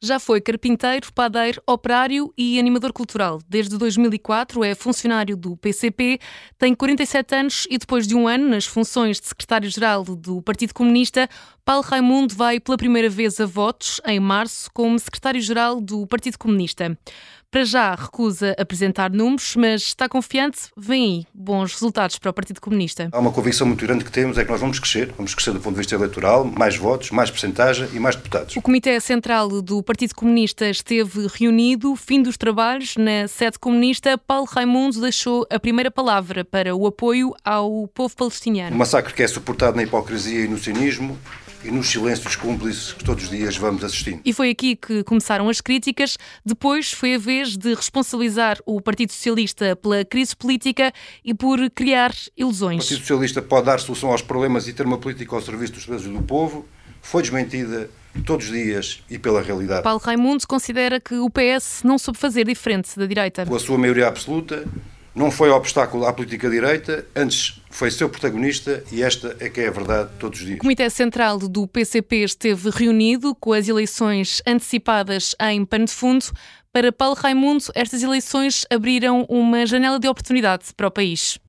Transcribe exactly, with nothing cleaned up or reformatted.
Já foi carpinteiro, padeiro, operário e animador cultural. Desde dois mil e quatro é funcionário do P C P, tem quarenta e sete anos e depois de um ano nas funções de secretário-geral do Partido Comunista, Paulo Raimundo vai pela primeira vez a votos, em março, como secretário-geral do Partido Comunista. Para já recusa apresentar números, mas está confiante, vem aí bons resultados para o Partido Comunista. Há uma convicção muito grande que temos, é que nós vamos crescer, vamos crescer do ponto de vista eleitoral, mais votos, mais percentagem e mais deputados. O Comitê Central do Partido Comunista esteve reunido, fim dos trabalhos, na sede comunista. Paulo Raimundo deixou a primeira palavra para o apoio ao povo palestiniano. Um massacre que é suportado na hipocrisia e no cinismo e nos silêncios cúmplices que todos os dias vamos assistindo. E foi aqui que começaram as críticas. Depois foi a vez de responsabilizar o Partido Socialista pela crise política e por criar ilusões. O Partido Socialista pode dar solução aos problemas e ter uma política ao serviço dos cidadãos e do povo. Foi desmentida todos os dias e pela realidade. Paulo Raimundo considera que o P S não soube fazer diferente da direita. Com a sua maioria absoluta, não foi obstáculo à política direita, antes foi seu protagonista e esta é que é a verdade todos os dias. O Comitê Central do P C P esteve reunido com as eleições antecipadas em pano de fundo. Para Paulo Raimundo, estas eleições abriram uma janela de oportunidade para o país.